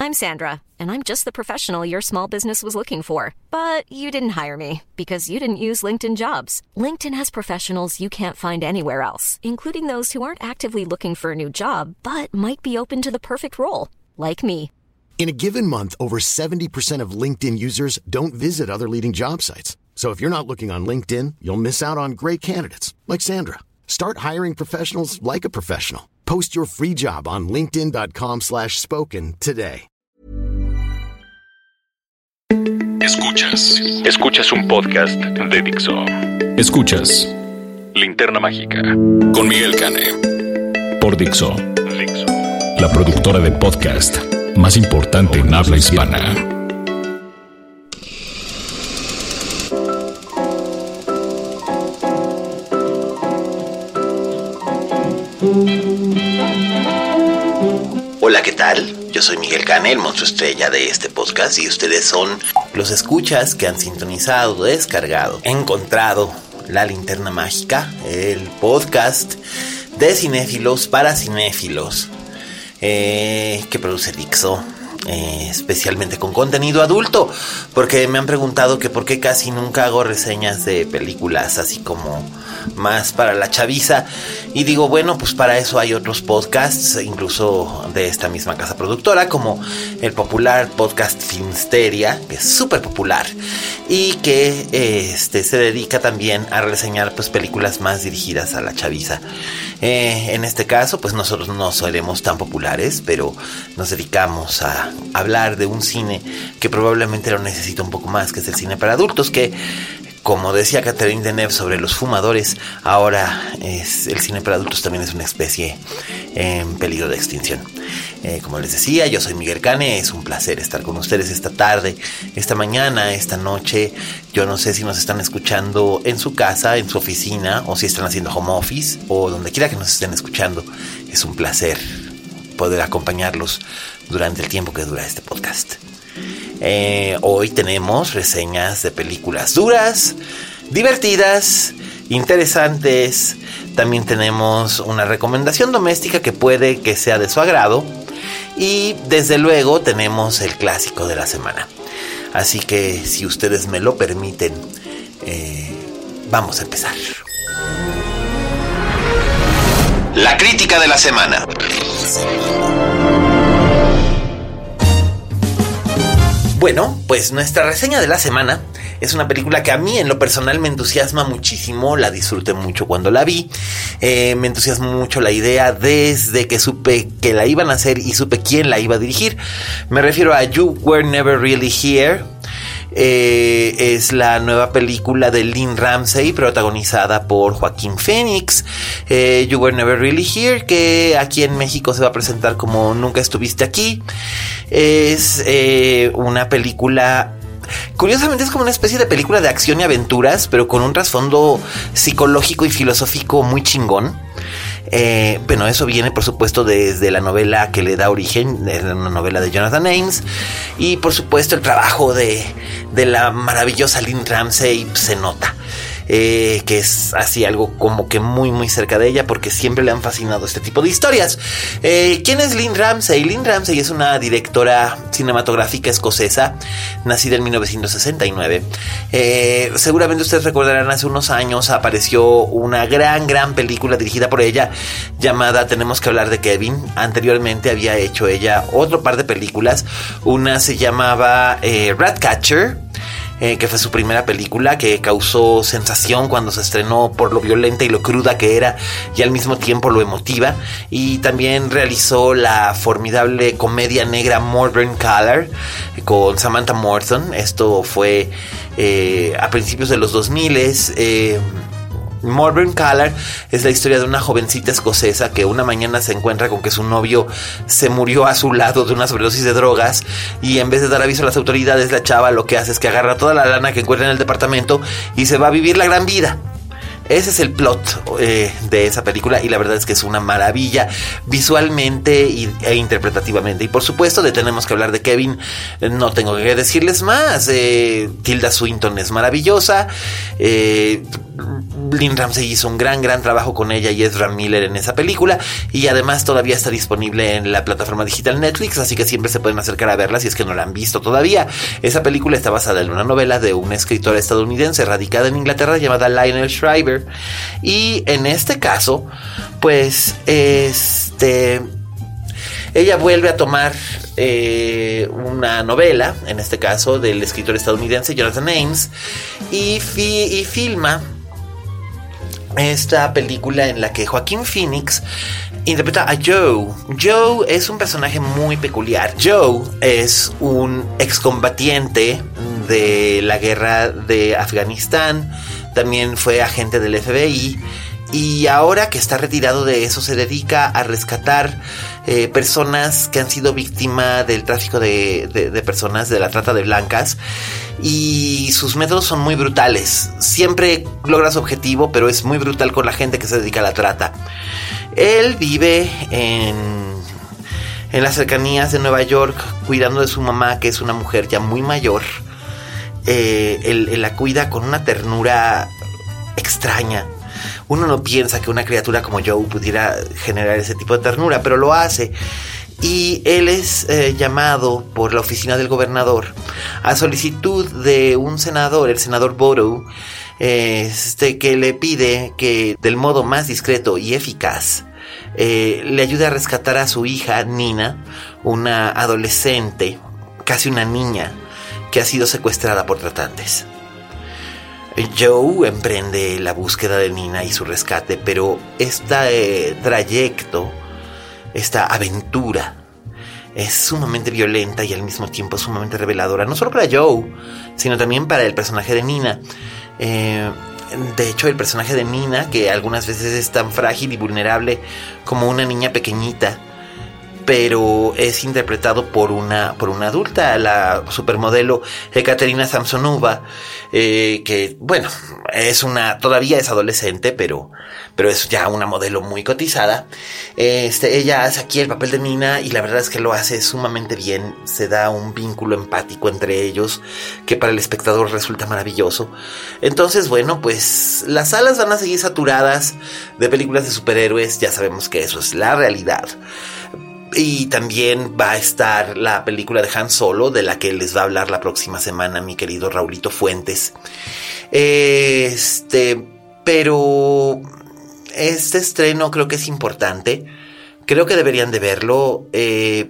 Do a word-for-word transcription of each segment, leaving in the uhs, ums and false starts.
I'm Sandra, and I'm just the professional your small business was looking for. But you didn't hire me because you didn't use LinkedIn Jobs. LinkedIn has professionals you can't find anywhere else, including those who aren't actively looking for a new job, but might be open to the perfect role, like me. In a given month, over seventy percent of LinkedIn users don't visit other leading job sites. So if you're not looking on LinkedIn, you'll miss out on great candidates like Sandra. Start hiring professionals like a professional. Post your free job on linkedin.com slash spoken today. Escuchas. Escuchas un podcast de Dixo. Escuchas Linterna Mágica con Miguel Cane por Dixo. Dixo, la productora de podcast más importante en habla hispana. Hola, ¿qué tal? Yo soy Miguel Cane, el monstruo estrella de este podcast, y ustedes son los escuchas que han sintonizado, descargado, encontrado la Linterna Mágica, el podcast de cinéfilos para cinéfilos eh, que produce Dixo, eh, especialmente con contenido adulto, porque me han preguntado que por qué casi nunca hago reseñas de películas así como más para la chaviza, y digo, bueno, pues para eso hay otros podcasts, incluso de esta misma casa productora, como el popular podcast Filmsteria, que es súper popular y que este, se dedica también a reseñar pues películas más dirigidas a la chaviza. Eh, en este caso, pues nosotros no seremos tan populares, pero nos dedicamos a hablar de un cine que probablemente lo necesita un poco más, que es el cine para adultos, que, como decía Catherine Deneuve sobre los fumadores, ahora es, el cine para adultos también es una especie en peligro de extinción. Eh, como les decía, yo soy Miguel Cane, es un placer estar con ustedes esta tarde, esta mañana, esta noche. Yo no sé si nos están escuchando en su casa, en su oficina, o si están haciendo home office, o donde quiera que nos estén escuchando. Es un placer poder acompañarlos durante el tiempo que dura este podcast. Eh, hoy tenemos reseñas de películas duras, divertidas, interesantes. También tenemos una recomendación doméstica que puede que sea de su agrado. Y desde luego tenemos el clásico de la semana. Así que si ustedes me lo permiten, eh, vamos a empezar. La crítica de la semana. Bueno, pues nuestra reseña de la semana es una película que a mí en lo personal me entusiasma muchísimo, la disfruté mucho cuando la vi, eh, me entusiasmó mucho la idea desde que supe que la iban a hacer y supe quién la iba a dirigir. Me refiero a You Were Never Really Here. Eh, es la nueva película de Lynne Ramsay, protagonizada por Joaquín Phoenix. eh, You Were Never Really Here, que aquí en México se va a presentar como Nunca Estuviste Aquí. Es eh, una película, curiosamente es como una especie de película de acción y aventuras, pero con un trasfondo psicológico y filosófico muy chingón. Eh, bueno, eso viene por supuesto desde la novela que le da origen, una novela de Jonathan Ames, y por supuesto el trabajo de, de la maravillosa Lynne Ramsay se nota. Eh, que es así algo como que muy muy cerca de ella, porque siempre le han fascinado este tipo de historias. Eh, ¿Quién es Lynne Ramsay? Lynne Ramsay es una directora cinematográfica escocesa, nacida en mil novecientos sesenta y nueve. Eh, seguramente ustedes recordarán, hace unos años apareció una gran gran película dirigida por ella llamada Tenemos que hablar de Kevin. Anteriormente había hecho ella otro par de películas. Una se llamaba eh, Ratcatcher, Eh, que fue su primera película, que causó sensación cuando se estrenó por lo violenta y lo cruda que era, y al mismo tiempo lo emotiva. Y también realizó la formidable comedia negra Modern Color con Samantha Morton. Esto fue eh, a principios de los dos mil. Eh, Modern Color es la historia de una jovencita escocesa que una mañana se encuentra con que su novio se murió a su lado de una sobredosis de drogas, y en vez de dar aviso a las autoridades, la chava lo que hace es que agarra toda la lana que encuentra en el departamento y se va a vivir la gran vida. Ese es el plot eh, de esa película y la verdad es que es una maravilla visualmente y, e interpretativamente. Y por supuesto de tenemos que hablar de Kevin, no tengo que decirles más. Eh, Tilda Swinton es maravillosa. Eh, Lynn Ramsey hizo un gran, gran trabajo con ella y Ezra Miller en esa película. Y además todavía está disponible en la plataforma digital Netflix, así que siempre se pueden acercar a verla si es que no la han visto todavía. Esa película está basada en una novela de una escritora estadounidense radicada en Inglaterra llamada Lionel Shriver. Y en este caso, pues, este... ella vuelve a tomar eh, una novela, en este caso del escritor estadounidense Jonathan Ames, y, fi- y filma esta película en la que Joaquín Phoenix interpreta a Joe. Joe es un personaje muy peculiar. Joe es un excombatiente de la guerra de Afganistán, también fue agente del F B I. Y ahora que está retirado de eso, se dedica a rescatar eh, personas que han sido víctimas del tráfico de, de, de personas, de la trata de blancas. Y sus métodos son muy brutales. Siempre logra su objetivo, pero es muy brutal con la gente que se dedica a la trata. Él vive en, en las cercanías de Nueva York, cuidando de su mamá, que es una mujer ya muy mayor. Eh, él, él la cuida con una ternura extraña. Uno no piensa que una criatura como Joe pudiera generar ese tipo de ternura, pero lo hace. Y él es eh, llamado por la oficina del gobernador a solicitud de un senador, el senador Bodo, eh, este, que le pide que del modo más discreto y eficaz eh, le ayude a rescatar a su hija Nina, una adolescente, casi una niña, que ha sido secuestrada por tratantes. Joe emprende la búsqueda de Nina y su rescate, pero este eh, trayecto, esta aventura, es sumamente violenta y al mismo tiempo sumamente reveladora, no solo para Joe, sino también para el personaje de Nina. Eh, de hecho, el personaje de Nina, que algunas veces es tan frágil y vulnerable como una niña pequeñita, pero es interpretado por una por una adulta, la supermodelo Ekaterina Samsonova, eh, que bueno, es una todavía es adolescente, pero pero es ya una modelo muy cotizada. Este, ella hace aquí el papel de Nina y la verdad es que lo hace sumamente bien. Se da un vínculo empático entre ellos que para el espectador resulta maravilloso. Entonces, bueno, pues las salas van a seguir saturadas de películas de superhéroes. Ya sabemos que eso es la realidad. Y también va a estar la película de Han Solo, de la que les va a hablar la próxima semana mi querido Raulito Fuentes. Este, pero este estreno creo que es importante. Creo que deberían de verlo. Eh,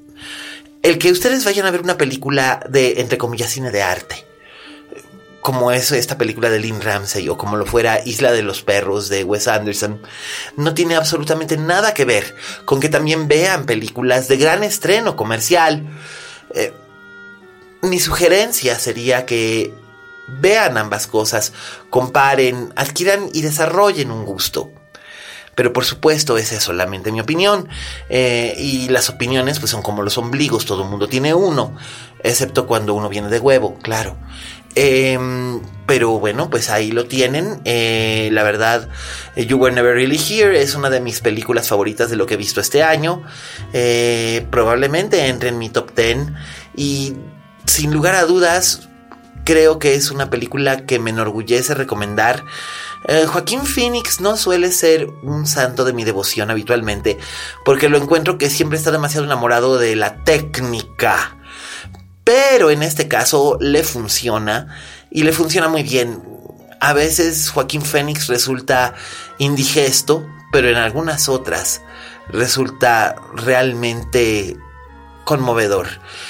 el que ustedes vayan a ver una película de, entre comillas, cine de arte, como es esta película de Lynn Ramsey o como lo fuera Isla de los Perros de Wes Anderson, no tiene absolutamente nada que ver con que también vean películas de gran estreno comercial. Eh, mi sugerencia sería que vean ambas cosas, comparen, adquieran y desarrollen un gusto. Pero por supuesto esa es solamente mi opinión, eh, y las opiniones pues son como los ombligos, todo el mundo tiene uno, excepto cuando uno viene de huevo, claro. Eh, pero bueno, pues ahí lo tienen. Eh, la verdad, You Were Never Really Here es una de mis películas favoritas de lo que he visto este año. Eh, probablemente entre en mi top diez y sin lugar a dudas creo que es una película que me enorgullece recomendar. Eh, Joaquín Phoenix no suele ser un santo de mi devoción habitualmente, porque lo encuentro que siempre está demasiado enamorado de la técnica. Pero en este caso le funciona y le funciona muy bien. A veces Joaquín Phoenix resulta indigesto, pero en algunas otras resulta realmente conmovedor.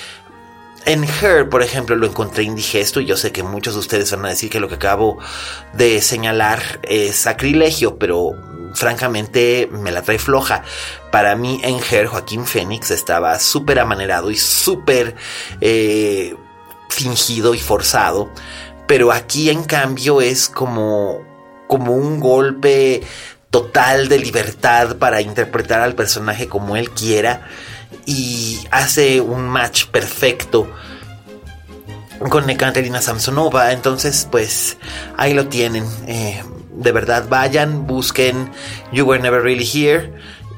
En Her, por ejemplo, lo encontré indigesto y yo sé que muchos de ustedes van a decir que lo que acabo de señalar es sacrilegio, pero francamente me la trae floja. Para mí en Her, Joaquín Phoenix estaba súper amanerado y súper eh, fingido y forzado, pero aquí en cambio es como, como un golpe total de libertad para interpretar al personaje como él quiera y hace un match perfecto con Ekaterina Samsonova. Entonces pues ahí lo tienen. eh, de verdad vayan, busquen You Were Never Really Here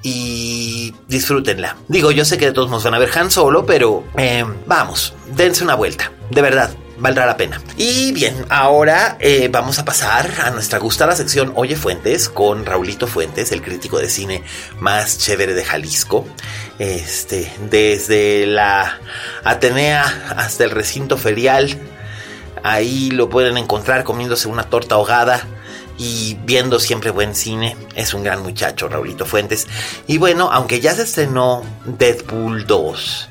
y disfrútenla. Digo, yo sé que de todos nos van a ver Han Solo, pero eh, vamos, dense una vuelta, de verdad. Valdrá la pena. Y bien, ahora eh, vamos a pasar a nuestra gustada sección Oye Fuentes con Raulito Fuentes, el crítico de cine más chévere de Jalisco. Este, desde la Atenea hasta el recinto ferial, ahí lo pueden encontrar comiéndose una torta ahogada y viendo siempre buen cine. Es un gran muchacho, Raulito Fuentes. Y bueno, aunque ya se estrenó Deadpool dos,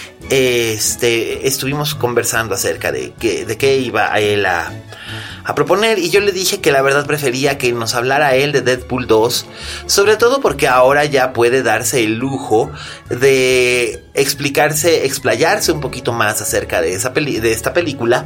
Este, estuvimos conversando acerca de, que, de qué iba a él a, a proponer, y yo le dije que la verdad prefería que nos hablara él de Deadpool dos, sobre todo porque ahora ya puede darse el lujo de explicarse, explayarse un poquito más acerca de, esa peli- de esta película.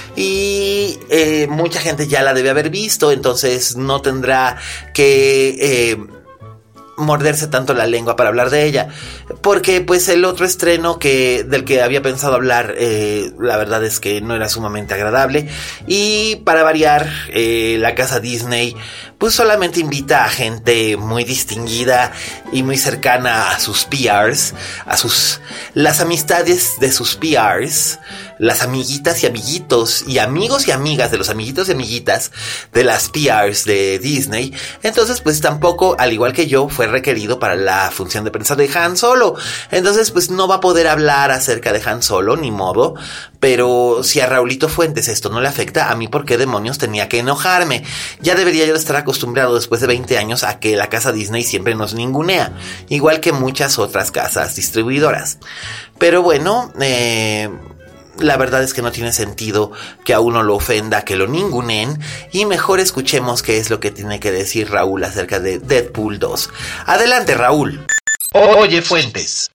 Y eh, mucha gente ya la debe haber visto, entonces no tendrá que Eh, morderse tanto la lengua para hablar de ella, porque pues el otro estreno que del que había pensado hablar, eh, la verdad es que no era sumamente agradable, y para variar, eh, la casa Disney pues solamente invita a gente muy distinguida y muy cercana a sus P Rs, a sus las amistades de sus P Rs, las amiguitas y amiguitos y amigos y amigas de los amiguitos y amiguitas de las P Rs de Disney. Entonces pues tampoco, al igual que yo, fue requerido para la función de prensa de Han Solo. Entonces pues no va a poder hablar acerca de Han Solo, ni modo. Pero si a Raulito Fuentes esto no le afecta, a mí ¿por qué demonios tenía que enojarme? Ya debería yo estar acostumbrado después de veinte años a que la casa Disney siempre nos ningunea, igual que muchas otras casas distribuidoras. Pero bueno, eh... la verdad es que no tiene sentido que a uno lo ofenda, que lo ninguneen, y mejor escuchemos qué es lo que tiene que decir Raúl acerca de Deadpool dos. Adelante, Raúl. Oye Fuentes.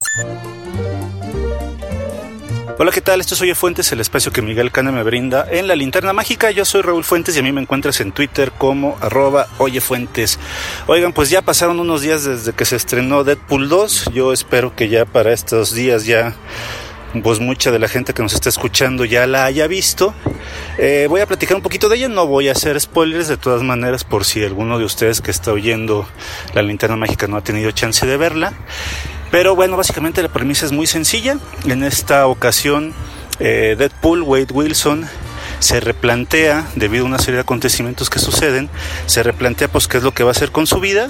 Hola, ¿qué tal? Esto es Oye Fuentes, el espacio que Miguel Cane me brinda en la Linterna Mágica. Yo soy Raúl Fuentes y a mí me encuentras en Twitter como arroba Oye Fuentes. Oigan, pues ya pasaron unos días desde que se estrenó Deadpool dos. Yo espero que ya para estos días ya pues mucha de la gente que nos está escuchando ya la haya visto. Eh, voy a platicar un poquito de ella, no voy a hacer spoilers de todas maneras, por si alguno de ustedes que está oyendo la Linterna Mágica no ha tenido chance de verla. Pero bueno, básicamente la premisa es muy sencilla. En esta ocasión, eh, Deadpool, Wade Wilson, se replantea, debido a una serie de acontecimientos que suceden, se replantea pues qué es lo que va a hacer con su vida,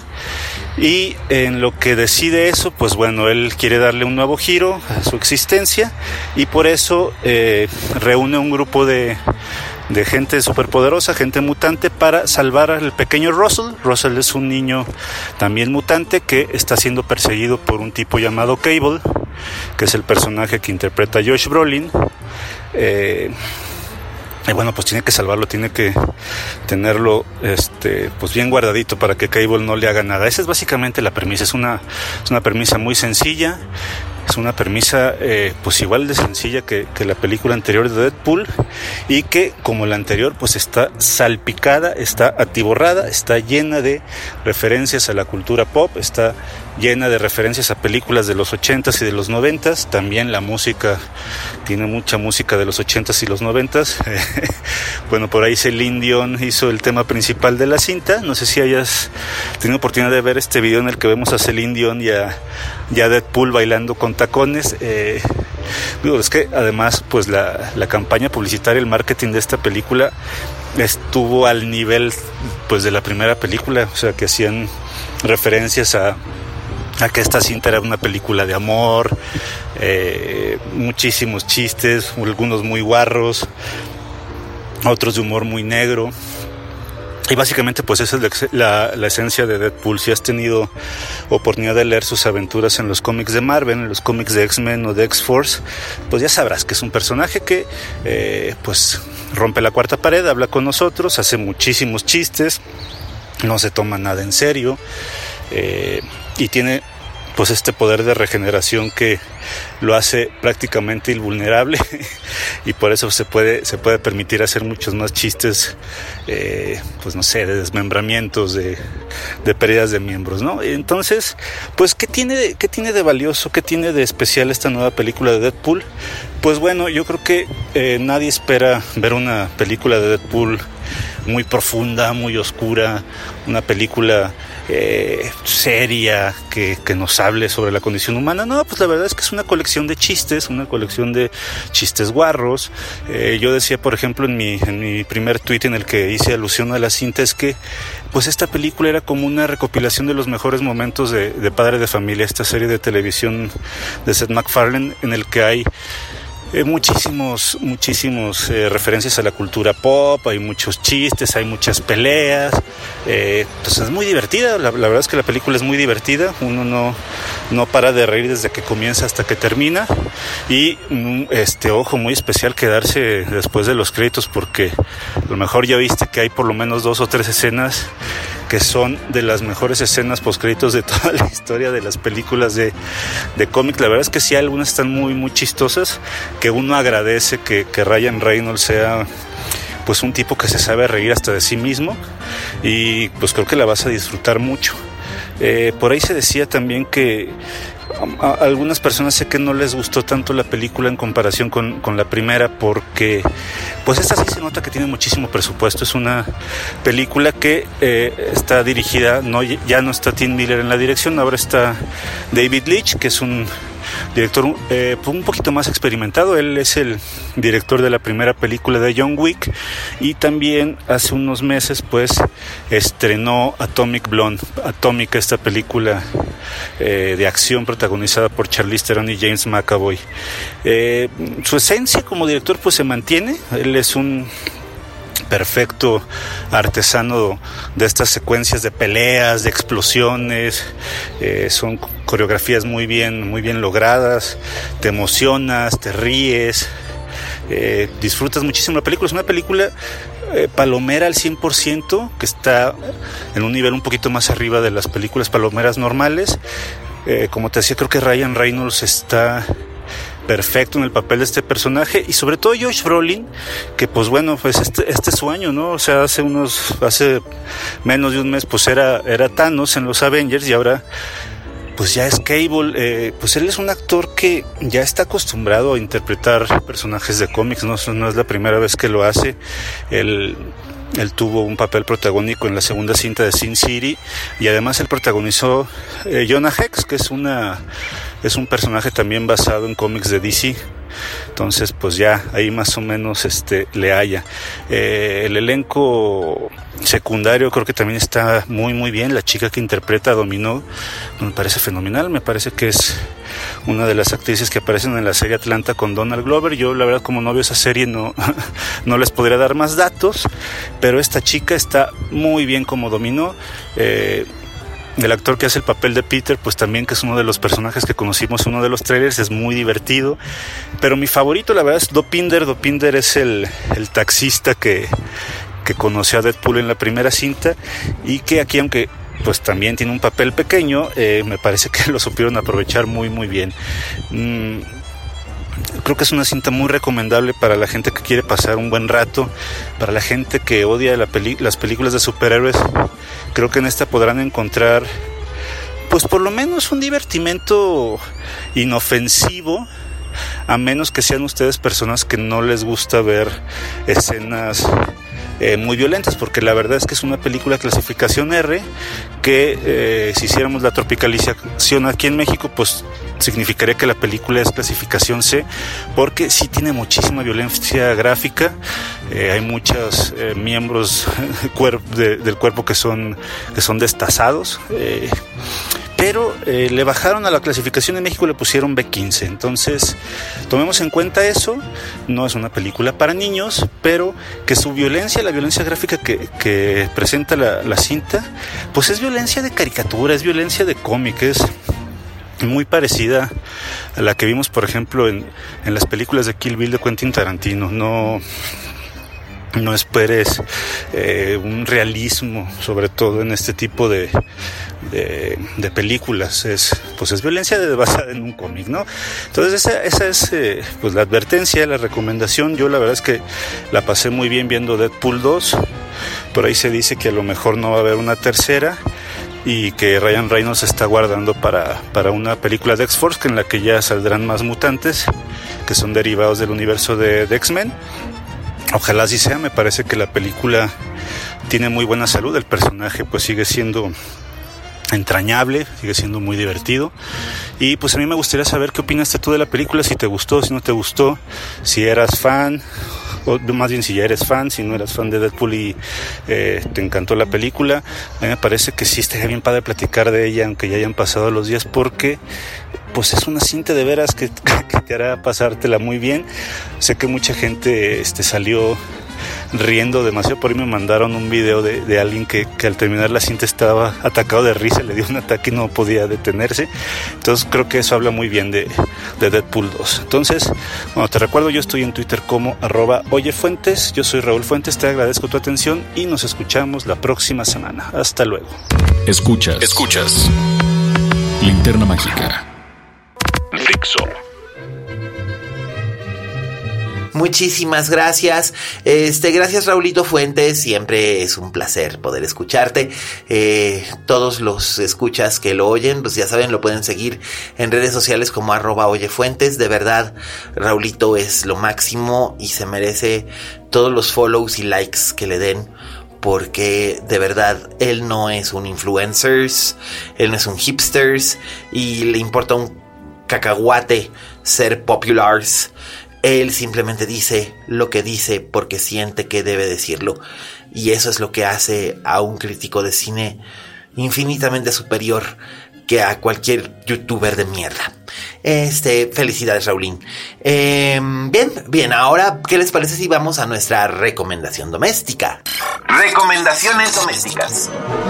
y en lo que decide eso, pues bueno, él quiere darle un nuevo giro a su existencia, y por eso eh, reúne un grupo de, de gente superpoderosa, gente mutante, para salvar al pequeño Russell. Russell es un niño también mutante que está siendo perseguido por un tipo llamado Cable, que es el personaje que interpreta Josh Brolin. eh, Y bueno, pues tiene que salvarlo, tiene que tenerlo este, pues bien guardadito para que Cable no le haga nada. Esa es básicamente la premisa. Es una, es una premisa muy sencilla. Es una premisa eh, pues igual de sencilla que, que la película anterior de Deadpool, y que como la anterior pues está salpicada, está atiborrada, está llena de referencias a la cultura pop, está llena de referencias a películas de los ochentas y de los noventas. También la música, tiene mucha música de los ochentas y los noventas. Bueno, por ahí Celine Dion hizo el tema principal de la cinta. No sé si hayas tenido oportunidad de ver este video en el que vemos a Celine Dion y a, y a Deadpool bailando con tacones. Eh, digo, es que además pues la, la campaña publicitaria, el marketing de esta película estuvo al nivel pues de la primera película, o sea que hacían referencias a a que esta cinta era una película de amor, eh, muchísimos chistes, algunos muy guarros, otros de humor muy negro. Y básicamente pues esa es la, la, la esencia de Deadpool. Si has tenido oportunidad de leer sus aventuras en los cómics de Marvel, en los cómics de X-Men o de X-Force, pues ya sabrás que es un personaje que eh, pues rompe la cuarta pared, habla con nosotros, hace muchísimos chistes, no se toma nada en serio, eh, y tiene pues este poder de regeneración que lo hace prácticamente invulnerable y por eso se puede se puede permitir hacer muchos más chistes, eh, pues no sé, de desmembramientos, de, de pérdidas de miembros, ¿no? Entonces, pues ¿qué tiene de, qué tiene de valioso, qué tiene de especial esta nueva película de Deadpool? Pues bueno, yo creo que eh, nadie espera ver una película de Deadpool muy profunda, muy oscura, una película eh, seria que, que nos hable sobre la condición humana. No, pues la verdad es que es una colección de chistes, una colección de chistes guarros. Eh, yo decía, por ejemplo, en mi, en mi primer tuit en el que hice alusión a la cinta, es que pues esta película era como una recopilación de los mejores momentos de, de Padre de Familia, esta serie de televisión de Seth MacFarlane, en el que hay Eh, muchísimos, muchísimos eh, referencias a la cultura pop, hay muchos chistes, hay muchas peleas, eh, pues es muy divertida, la, la verdad es que la película es muy divertida, uno no, no para de reír desde que comienza hasta que termina, y un este, ojo muy especial quedarse después de los créditos, porque a lo mejor ya viste que hay por lo menos dos o tres escenas que son de las mejores escenas postcréditos de toda la historia de las películas de, de cómics. La verdad es que sí, algunas están muy, muy chistosas, que uno agradece que, que Ryan Reynolds sea pues un tipo que se sabe reír hasta de sí mismo, y pues creo que la vas a disfrutar mucho. Eh, por ahí se decía también que a, a algunas personas sé que no les gustó tanto la película en comparación con, con la primera, porque pues esta sí se nota que tiene muchísimo presupuesto. Es una película que eh, está dirigida, no, ya no está Tim Miller en la dirección, ahora está David Leitch, que es un director eh, un poquito más experimentado. Él es el director de la primera película de John Wick, y también hace unos meses pues estrenó Atomic Blonde, Atómica, esta película eh, de acción protagonizada por Charlize Theron y James McAvoy. Eh, su esencia como director pues se mantiene. Él es un perfecto artesano de estas secuencias de peleas, de explosiones, eh, son coreografías muy bien, muy bien logradas, te emocionas, te ríes, eh, disfrutas muchísimo la película. Es una película eh, palomera al cien por ciento, que está en un nivel un poquito más arriba de las películas palomeras normales. Eh, como te decía, creo que Ryan Reynolds está perfecto en el papel de este personaje, y sobre todo Josh Brolin, que pues bueno, pues este, este es su año, ¿no? O sea, hace unos, hace menos de un mes pues era, era Thanos en los Avengers, y ahora pues ya es Cable. Eh, pues él es un actor que ya está acostumbrado a interpretar personajes de cómics, no, no es la primera vez que lo hace. Él Él tuvo un papel protagónico en la segunda cinta de Sin City, y además él protagonizó eh, Jonah Hex, que es una es un personaje también basado en cómics de D C. Entonces pues ya ahí más o menos este le halla. Eh, el elenco secundario creo que también está muy muy bien. La chica que interpreta a Dominó me parece fenomenal, me parece que es una de las actrices que aparecen en la serie Atlanta con Donald Glover. Yo la verdad, como no veo esa serie, no, no les podría dar más datos, pero esta chica está muy bien como Dominó. Eh, el actor que hace el papel de Peter, pues también, que es uno de los personajes que conocimos en uno de los trailers, es muy divertido. Pero mi favorito, la verdad, es Dopinder. Dopinder es el, el taxista que, que conoció a Deadpool en la primera cinta, y que aquí, aunque pues también tiene un papel pequeño, eh, me parece que lo supieron aprovechar muy muy bien. Mm, creo que es una cinta muy recomendable para la gente que quiere pasar un buen rato, para la gente que odia la peli- las películas de superhéroes. Creo que en esta podrán encontrar pues por lo menos un divertimento inofensivo, a menos que sean ustedes personas que no les gusta ver escenas Eh, muy violentas, porque la verdad es que es una película clasificación R, que eh, si hiciéramos la tropicalización aquí en México, pues significaría que la película es clasificación C, porque sí tiene muchísima violencia gráfica. Eh, hay muchos eh, miembros de, del cuerpo que son, que son destazados, eh, pero eh, le bajaron a la clasificación en México, le pusieron B quince. Entonces tomemos en cuenta eso. No es una película para niños, pero que su violencia, la violencia gráfica que, que presenta la, la cinta, pues es violencia de caricatura, es violencia de cómic, es muy parecida a la que vimos, por ejemplo, en, en las películas de Kill Bill de Quentin Tarantino. No No esperes eh, un realismo, sobre todo en este tipo de, de, de películas. Es, pues es violencia de, basada en un cómic, ¿no? Entonces esa, esa es eh, pues la advertencia, la recomendación. Yo la verdad es que la pasé muy bien viendo Deadpool dos. Por ahí se dice que a lo mejor no va a haber una tercera, y que Ryan Reynolds está guardando para, para una película de X-Force, que en la que ya saldrán más mutantes que son derivados del universo de, de X-Men. Ojalá así sea. Me parece que la película tiene muy buena salud, el personaje pues sigue siendo entrañable, sigue siendo muy divertido. Y pues a mí me gustaría saber qué opinaste tú de la película, si te gustó, si no te gustó, si eras fan, o más bien si ya eres fan, si no eras fan de Deadpool y eh, te encantó la película. A mí me parece que sí estaría bien padre platicar de ella, aunque ya hayan pasado los días, porque pues es una cinta de veras que, que te hará pasártela muy bien. Sé que mucha gente este, salió riendo demasiado. Por ahí me mandaron un video de, de alguien que, que al terminar la cinta estaba atacado de risa, le dio un ataque y no podía detenerse. Entonces creo que eso habla muy bien de, de Deadpool dos. Entonces, bueno, te recuerdo, yo estoy en Twitter como arroba oyefuentes. Yo soy Raúl Fuentes, te agradezco tu atención y nos escuchamos la próxima semana. Hasta luego. Escuchas, escuchas Linterna Mágica. Dixo. Muchísimas gracias. Este, gracias Raulito Fuentes. Siempre es un placer poder escucharte. Eh, todos los escuchas que lo oyen, pues ya saben, lo pueden seguir en redes sociales como arroba oyefuentes. De verdad, Raulito es lo máximo y se merece todos los follows y likes que le den. Porque de verdad, él no es un influencer, él no es un hipsters y le importa un cacahuate ser populars. Él simplemente dice lo que dice porque siente que debe decirlo. Y eso es lo que hace a un crítico de cine infinitamente superior que a cualquier youtuber de mierda. Este, felicidades, Raulín. Eh, bien, bien, ahora, ¿qué les parece si vamos a nuestra recomendación doméstica? Recomendaciones domésticas.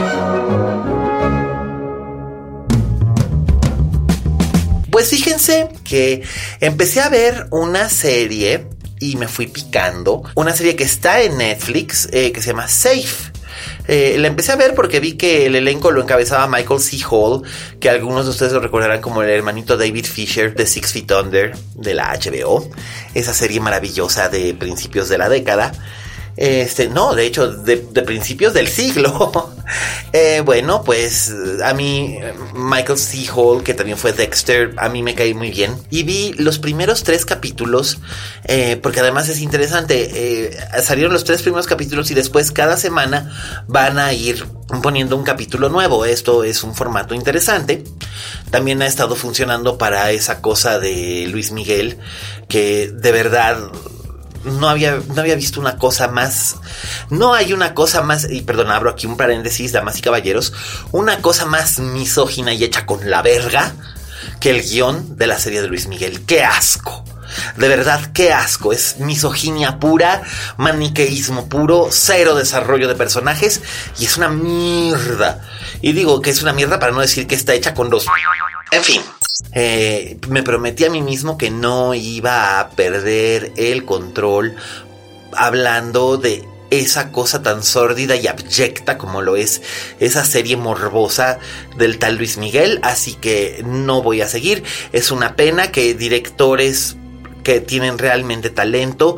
Pues fíjense que empecé a ver una serie y me fui picando. Una serie que está en Netflix, eh, que se llama Safe. Eh, la empecé a ver porque vi que el elenco lo encabezaba Michael C. Hall, que algunos de ustedes lo recordarán como el hermanito David Fisher de Six Feet Under de la H B O. Esa serie maravillosa de principios de la década. Este, no, de hecho, de, de principios del siglo. eh, bueno, pues a mí, Michael C. Hall, que también fue Dexter, a mí me caí muy bien. Y vi los primeros tres capítulos, eh, porque además es interesante. Eh, salieron los tres primeros capítulos y después cada semana van a ir poniendo un capítulo nuevo. Esto es un formato interesante. También ha estado funcionando para esa cosa de Luis Miguel, que de verdad... No había, no había visto una cosa más. No hay una cosa más. Y perdón, abro aquí un paréntesis, damas y caballeros. Una cosa más misógina y hecha con la verga que el guión de la serie de Luis Miguel. ¡Qué asco! De verdad, qué asco. Es misoginia pura, maniqueísmo puro, cero desarrollo de personajes. Y es una mierda. Y digo que es una mierda para no decir que está hecha con dos. En fin. Eh, me prometí a mí mismo que no iba a perder el control hablando de esa cosa tan sórdida y abyecta como lo es esa serie morbosa del tal Luis Miguel, así que no voy a seguir. Es una pena que directores que tienen realmente talento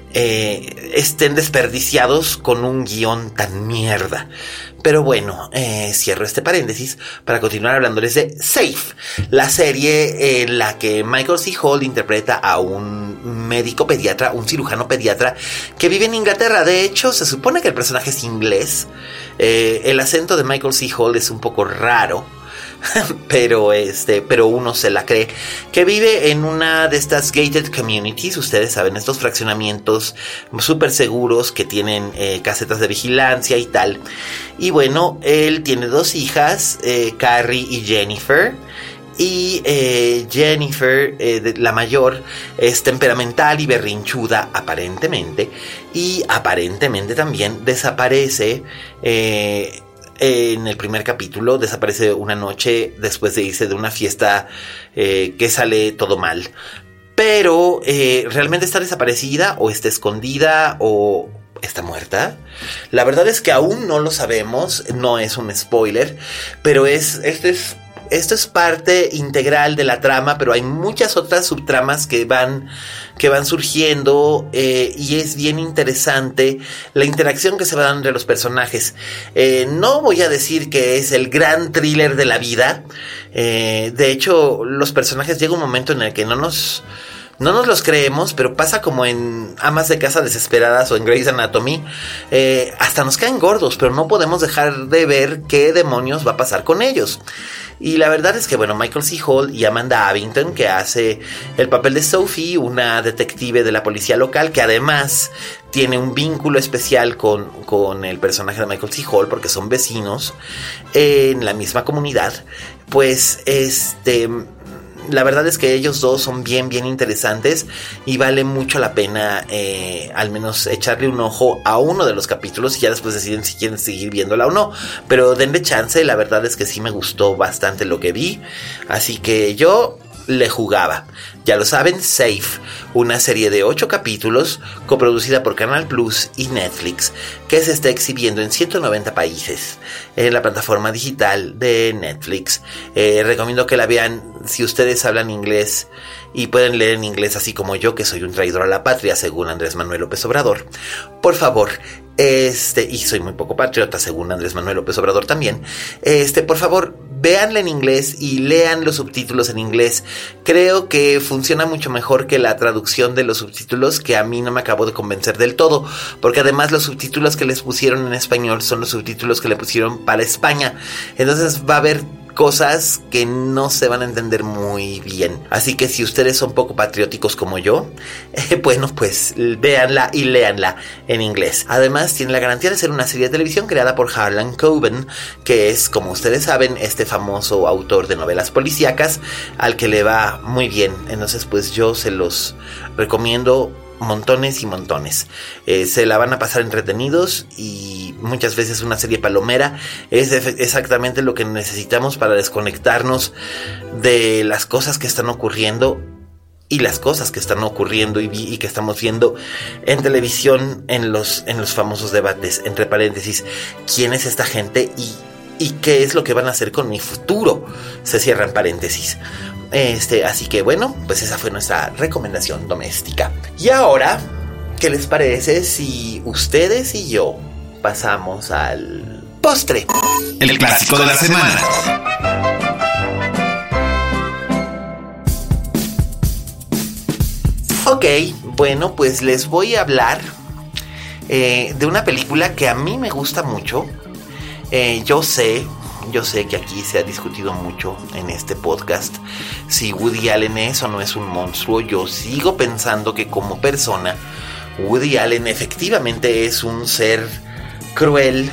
eh, estén desperdiciados con un guión tan mierda. Pero bueno, eh, cierro este paréntesis para continuar hablándoles de Safe, la serie en la que Michael C. Hall interpreta a un médico pediatra, un cirujano pediatra que vive en Inglaterra. De hecho, se supone que el personaje es inglés. Eh, el acento de Michael C. Hall es un poco raro. pero este, pero uno se la cree, que vive en una de estas gated communities, ustedes saben, estos fraccionamientos súper seguros que tienen eh, casetas de vigilancia y tal. Y bueno, él tiene dos hijas, eh, Carrie y Jennifer. Y eh, Jennifer, eh, de, la mayor, es temperamental y berrinchuda aparentemente. Y aparentemente también desaparece eh, en el primer capítulo. Desaparece una noche después de irse de una fiesta eh, que sale todo mal. Pero eh, ¿realmente está desaparecida o está escondida o está muerta? La verdad es que aún no lo sabemos. No es un spoiler, pero es este es Esto es parte integral de la trama, pero hay muchas otras subtramas que van, que van surgiendo eh, y es bien interesante la interacción que se va dando entre los personajes. Eh, no voy a decir que es el gran thriller de la vida. Eh, de hecho, los personajes llega un momento en el que no nos... no nos los creemos, pero pasa como en Amas de Casa Desesperadas o en Grey's Anatomy. Eh, hasta nos caen gordos, pero no podemos dejar de ver qué demonios va a pasar con ellos. Y la verdad es que, bueno, Michael C. Hall y Amanda Abington, que hace el papel de Sophie, una detective de la policía local, que además tiene un vínculo especial con, con el personaje de Michael C. Hall, porque son vecinos en la misma comunidad, pues este... la verdad es que ellos dos son bien, bien interesantes y vale mucho la pena eh, al menos echarle un ojo a uno de los capítulos y ya después deciden si quieren seguir viéndola o no. Pero denle chance, la verdad es que sí me gustó bastante lo que vi. Así que yo le jugaba. Ya lo saben, Safe, una serie de ocho capítulos coproducida por Canal Plus y Netflix, que se está exhibiendo en ciento noventa países en la plataforma digital de Netflix. Eh, recomiendo que la vean si ustedes hablan inglés y pueden leer en inglés, así como yo, que soy un traidor a la patria, según Andrés Manuel López Obrador. Por favor, este, y soy muy poco patriota, según Andrés Manuel López Obrador también. Este, por favor, véanla en inglés y lean los subtítulos en inglés. Creo que funciona mucho mejor que la traducción de los subtítulos, que a mí no me acabó de convencer del todo, porque además los subtítulos que les pusieron en español son los subtítulos que le pusieron para España. Entonces va a haber cosas que no se van a entender muy bien. Así que si ustedes son poco patrióticos como yo, eh, bueno, pues véanla y léanla en inglés. Además, tiene la garantía de ser una serie de televisión creada por Harlan Coben, que es, como ustedes saben, este famoso autor de novelas policíacas, al que le va muy bien. Entonces, pues yo se los recomiendo montones y montones. Eh, se la van a pasar entretenidos y muchas veces una serie palomera es exactamente lo que necesitamos para desconectarnos de las cosas que están ocurriendo y las cosas que están ocurriendo y, y que estamos viendo en televisión en los, en los famosos debates, entre paréntesis, quién es esta gente y, y qué es lo que van a hacer con mi futuro, se cierran paréntesis. Este, así que bueno, pues esa fue nuestra recomendación doméstica. Y ahora, ¿qué les parece si ustedes y yo pasamos al postre? El clásico de la semana. Ok, bueno, pues les voy a hablar eh, de una película que a mí me gusta mucho. Eh, yo sé... Yo sé que aquí se ha discutido mucho en este podcast si Woody Allen es o no es un monstruo. Yo sigo pensando que como persona Woody Allen efectivamente es un ser cruel.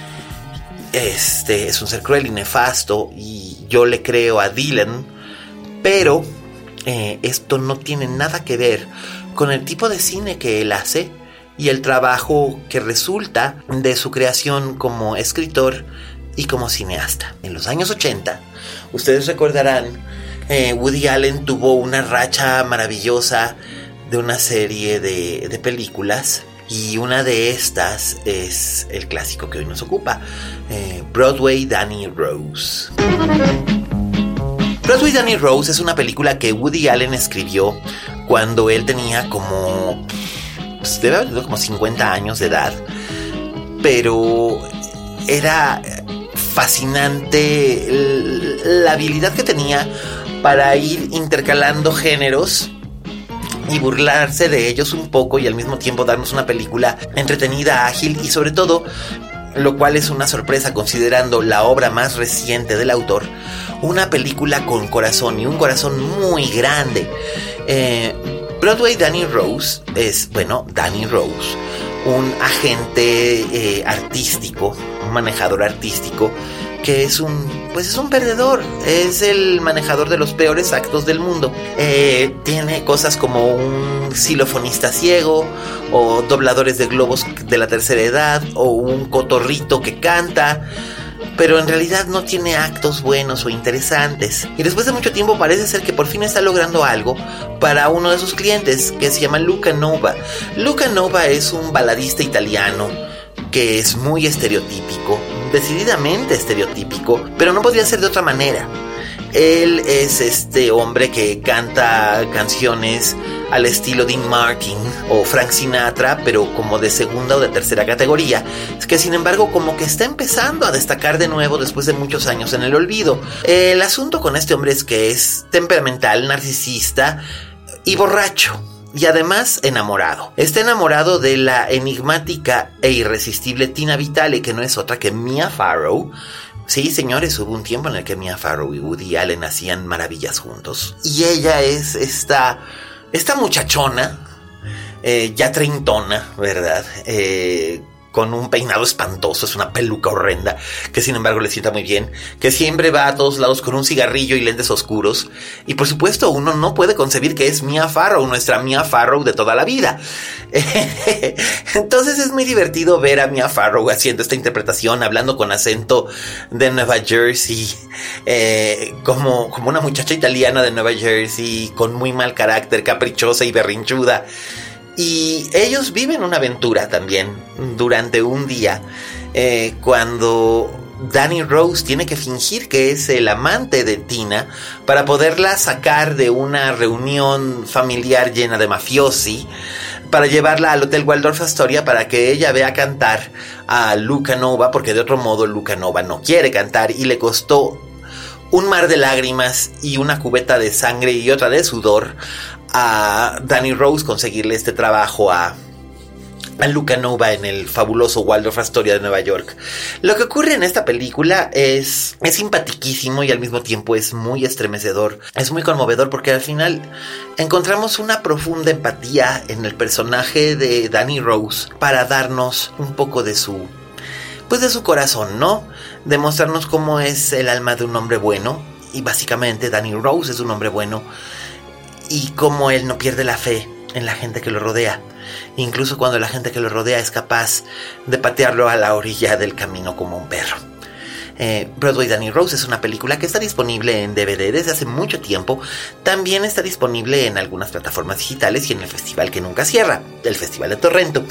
Este es un ser cruel y nefasto y yo le creo a Dylan. Pero eh, esto no tiene nada que ver con el tipo de cine que él hace y el trabajo que resulta de su creación como escritor y como cineasta. En los años ochenta, ustedes recordarán, eh, Woody Allen tuvo una racha maravillosa de una serie de, de películas, y una de estas es el clásico que hoy nos ocupa, eh, Broadway Danny Rose. Broadway Danny Rose es una película que Woody Allen escribió cuando él tenía como, pues debe haber tenido como cincuenta años de edad, pero era fascinante la habilidad que tenía para ir intercalando géneros y burlarse de ellos un poco y al mismo tiempo darnos una película entretenida, ágil y sobre todo, lo cual es una sorpresa considerando la obra más reciente del autor, una película con corazón y un corazón muy grande. eh, Broadway Danny Rose es, bueno, Danny Rose, un agente eh, artístico, un manejador artístico que es un, pues es un perdedor, es el manejador de los peores actos del mundo. Eh, tiene cosas como un xilofonista ciego, o dobladores de globos de la tercera edad, o un cotorrito que canta, pero en realidad no tiene actos buenos o interesantes. Y después de mucho tiempo parece ser que por fin está logrando algo para uno de sus clientes, que se llama Luca Nova. Luca Nova es un baladista italiano que es muy estereotípico, decididamente estereotípico, pero no podría ser de otra manera. Él es este hombre que canta canciones al estilo Dean Martin o Frank Sinatra, pero como de segunda o de tercera categoría, que sin embargo como que está empezando a destacar de nuevo después de muchos años en el olvido. El asunto con este hombre es que es temperamental, narcisista, y borracho. Y además enamorado. Está enamorado de la enigmática e irresistible Tina Vitale, que no es otra que Mia Farrow. Sí, señores, hubo un tiempo en el que Mia Farrow y Woody Allen hacían maravillas juntos. Y ella es esta, esta muchachona, eh, ya treintona, ¿verdad? Eh... con un peinado espantoso, es una peluca horrenda, que sin embargo le sienta muy bien, que siempre va a todos lados con un cigarrillo y lentes oscuros, y por supuesto uno no puede concebir que es Mia Farrow, nuestra Mia Farrow de toda la vida. Entonces es muy divertido ver a Mia Farrow haciendo esta interpretación, hablando con acento de Nueva Jersey, eh, como, como una muchacha italiana de Nueva Jersey, con muy mal carácter, caprichosa y berrinchuda. Y ellos viven una aventura también durante un día, eh, cuando Danny Rose tiene que fingir que es el amante de Tina para poderla sacar de una reunión familiar llena de mafiosi, para llevarla al Hotel Waldorf Astoria para que ella vea cantar a Luca Nova, porque de otro modo Luca Nova no quiere cantar, y le costó un mar de lágrimas y una cubeta de sangre y otra de sudor a Danny Rose conseguirle este trabajo a, a Luca Nova en el fabuloso Waldorf Astoria de Nueva York. Lo que ocurre en esta película es, es simpatiquísimo y al mismo tiempo es muy estremecedor. Es muy conmovedor porque al final encontramos una profunda empatía en el personaje de Danny Rose para darnos un poco de su, pues de su corazón, ¿no? Demostrarnos cómo es el alma de un hombre bueno. Y básicamente Danny Rose es un hombre bueno, y cómo él no pierde la fe en la gente que lo rodea, incluso cuando la gente que lo rodea es capaz de patearlo a la orilla del camino como un perro. Eh, Broadway Danny Rose es una película que está disponible en D V D desde hace mucho tiempo. También está disponible en algunas plataformas digitales y en el festival que nunca cierra, el Festival de Torrento.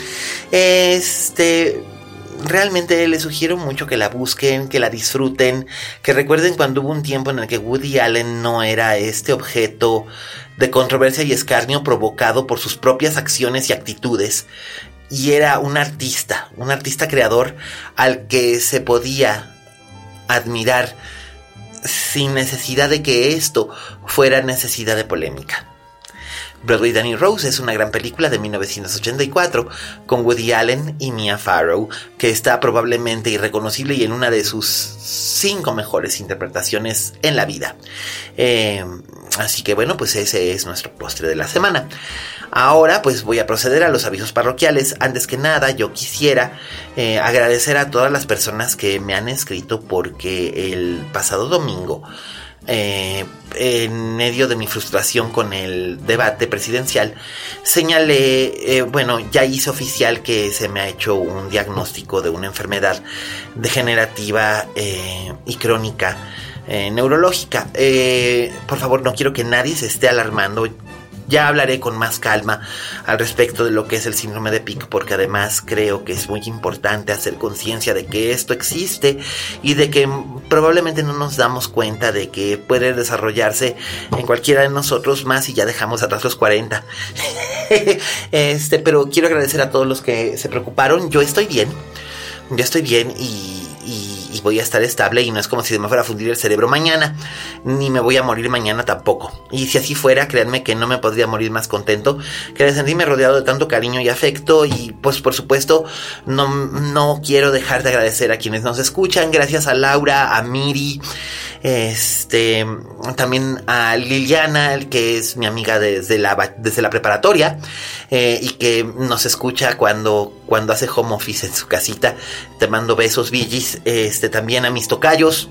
Este... Realmente les sugiero mucho que la busquen, que la disfruten, que recuerden cuando hubo un tiempo en el que Woody Allen no era este objeto de controversia y escarnio provocado por sus propias acciones y actitudes, y era un artista, un artista creador al que se podía admirar sin necesidad de que esto fuera necesidad de polémica. Broadway Danny Rose es una gran película de mil novecientos ochenta y cuatro con Woody Allen y Mia Farrow, que está probablemente irreconocible y en una de sus cinco mejores interpretaciones en la vida. Eh, así que bueno, pues ese es nuestro postre de la semana. Ahora pues voy a proceder a los avisos parroquiales. Antes que nada yo quisiera eh, agradecer a todas las personas que me han escrito, porque el pasado domingo, Eh, en medio de mi frustración con el debate presidencial, señalé, eh, bueno, ya hice oficial que se me ha hecho un diagnóstico de una enfermedad degenerativa eh, y crónica eh, neurológica. Eh, por favor, no quiero que nadie se esté alarmando. Ya hablaré con más calma al respecto de lo que es el síndrome de Pick, porque además creo que es muy importante hacer conciencia de que esto existe y de que probablemente no nos damos cuenta de que puede desarrollarse en cualquiera de nosotros, más si ya dejamos atrás los cuarenta. este, pero quiero agradecer a todos los que se preocuparon. Yo estoy bien, yo estoy bien y... y y voy a estar estable, y no es como si se me fuera a fundir el cerebro mañana, ni me voy a morir mañana tampoco. Y si así fuera, créanme que no me podría morir más contento que de sentirme rodeado de tanto cariño y afecto. Y pues por supuesto no, no quiero dejar de agradecer a quienes nos escuchan. Gracias a Laura, a Miri, este, también a Liliana, que es mi amiga desde la, desde la preparatoria, eh, y que nos escucha cuando, cuando hace home office en su casita. Te mando besos, Villis. Este, también a mis tocayos,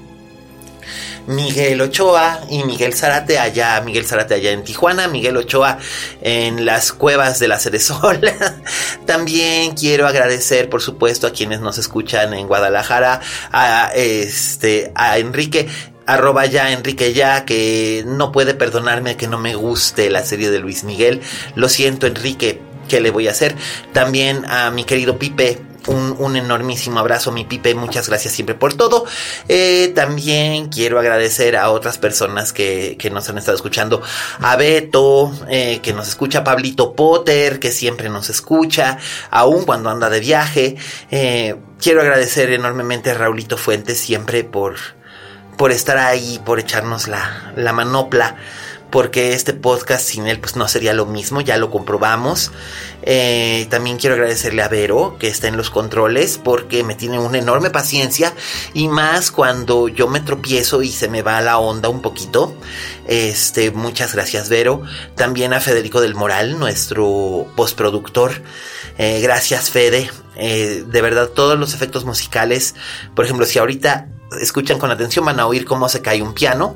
Miguel Ochoa y Miguel Zárate allá, Miguel Zárate allá en Tijuana, Miguel Ochoa en las cuevas de la Ceresol. También quiero agradecer, por supuesto, a quienes nos escuchan en Guadalajara, a este, a Enrique, arroba ya Enrique ya, que no puede perdonarme que no me guste la serie de Luis Miguel. Lo siento, Enrique, ¿qué le voy a hacer? También a mi querido Pipe, Un, un enormísimo abrazo, mi Pipe, muchas gracias siempre por todo. Eh, también quiero agradecer a otras personas que, que nos han estado escuchando. A Beto, eh, que nos escucha, Pablito Potter, que siempre nos escucha, aun cuando anda de viaje. Eh, quiero agradecer enormemente a Raulito Fuentes siempre por, por estar ahí, por echarnos la, la manopla, porque este podcast sin él pues no sería lo mismo, ya lo comprobamos. Eh, también quiero agradecerle a Vero, que está en los controles, porque me tiene una enorme paciencia, y más cuando yo me tropiezo y se me va la onda un poquito. Este, muchas gracias, Vero. También a Federico del Moral, nuestro postproductor. Eh, gracias, Fede. Eh, de verdad, todos los efectos musicales, por ejemplo, si ahorita escuchan con atención, van a oír cómo se cae un piano.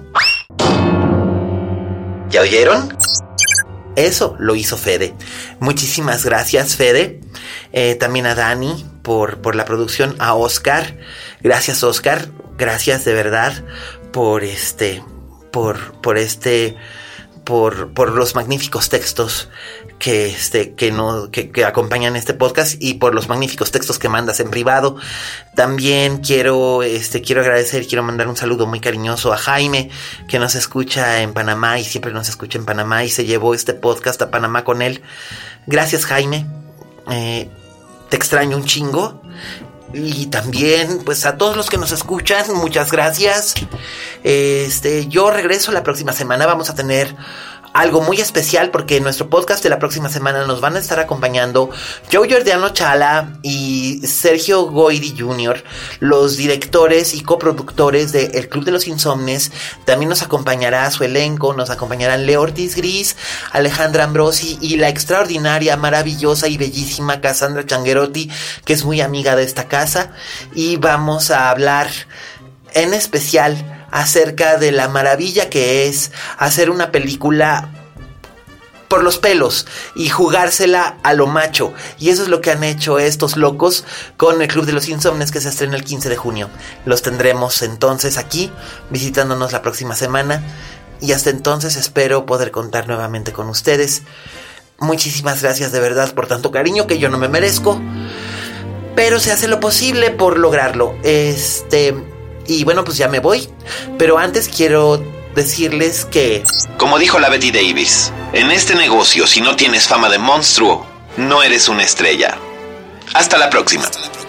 ¿Ya oyeron? Eso lo hizo Fede. Muchísimas gracias, Fede. Eh, también a Dani por, por la producción. A Oscar. Gracias, Oscar. Gracias de verdad por este, por, por este, por, por los magníficos textos que este, que no, que, que acompañan este podcast, y por los magníficos textos que mandas en privado. También quiero, este, quiero agradecer, quiero mandar un saludo muy cariñoso a Jaime, que nos escucha en Panamá y siempre nos escucha en Panamá y se llevó este podcast a Panamá con él. Gracias, Jaime. Eh, te extraño un chingo. Y también, pues, a todos los que nos escuchan, muchas gracias. Este, yo regreso la próxima semana. Vamos a tener algo muy especial, porque en nuestro podcast de la próxima semana nos van a estar acompañando Joe Giordano Chala y Sergio Goyri junior, los directores y coproductores de El Club de los Insomnes. También nos acompañará su elenco, nos acompañarán Leo Ortiz Gris, Alejandra Ambrosi y la extraordinaria, maravillosa y bellísima Cassandra Changuerotti, que es muy amiga de esta casa, y vamos a hablar en especial acerca de la maravilla que es hacer una película por los pelos y jugársela a lo macho. Y eso es lo que han hecho estos locos con El Club de los Insomnes, que se estrena el quince de junio. Los tendremos entonces aquí visitándonos la próxima semana, y hasta entonces espero poder contar nuevamente con ustedes. Muchísimas gracias de verdad por tanto cariño que yo no me merezco, pero se hace lo posible por lograrlo. Este... Y bueno, pues ya me voy, pero antes quiero decirles que, como dijo la Betty Davis, en este negocio, si no tienes fama de monstruo, no eres una estrella. Hasta la próxima.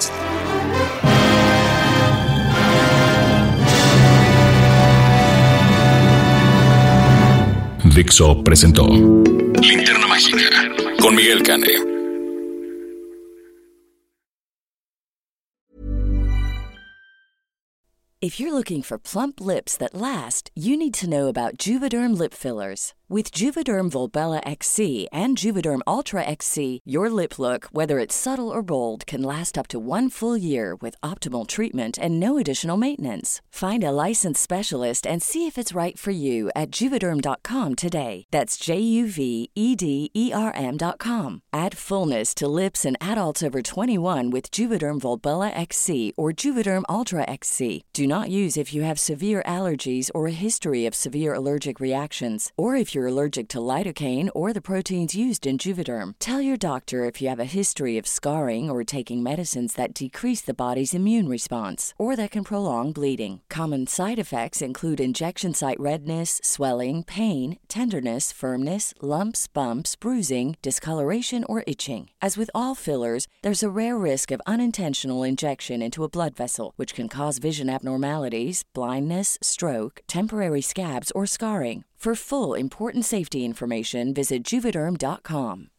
Dixo presentó Linterna Mágica con Miguel Cane. If you're looking for plump lips that last, you need to know about Juvederm lip fillers. With Juvederm Volbella X C and Juvederm Ultra X C, your lip look, whether it's subtle or bold, can last up to one full year with optimal treatment and no additional maintenance. Find a licensed specialist and see if it's right for you at Juvederm dot com today. That's J U V E D E R M dot com. Add fullness to lips in adults over twenty-one with Juvederm Volbella X C or Juvederm Ultra X C. Do not use if you have severe allergies or a history of severe allergic reactions, or if you're allergic to lidocaine or the proteins used in Juvederm. Tell your doctor if you have a history of scarring or taking medicines that decrease the body's immune response or that can prolong bleeding. Common side effects include injection site redness, swelling, pain, tenderness, firmness, lumps, bumps, bruising, discoloration, or itching. As with all fillers, there's a rare risk of unintentional injection into a blood vessel, which can cause vision abnormalities, blindness, stroke, temporary scabs, or scarring. For full important safety information, visit Juvederm dot com.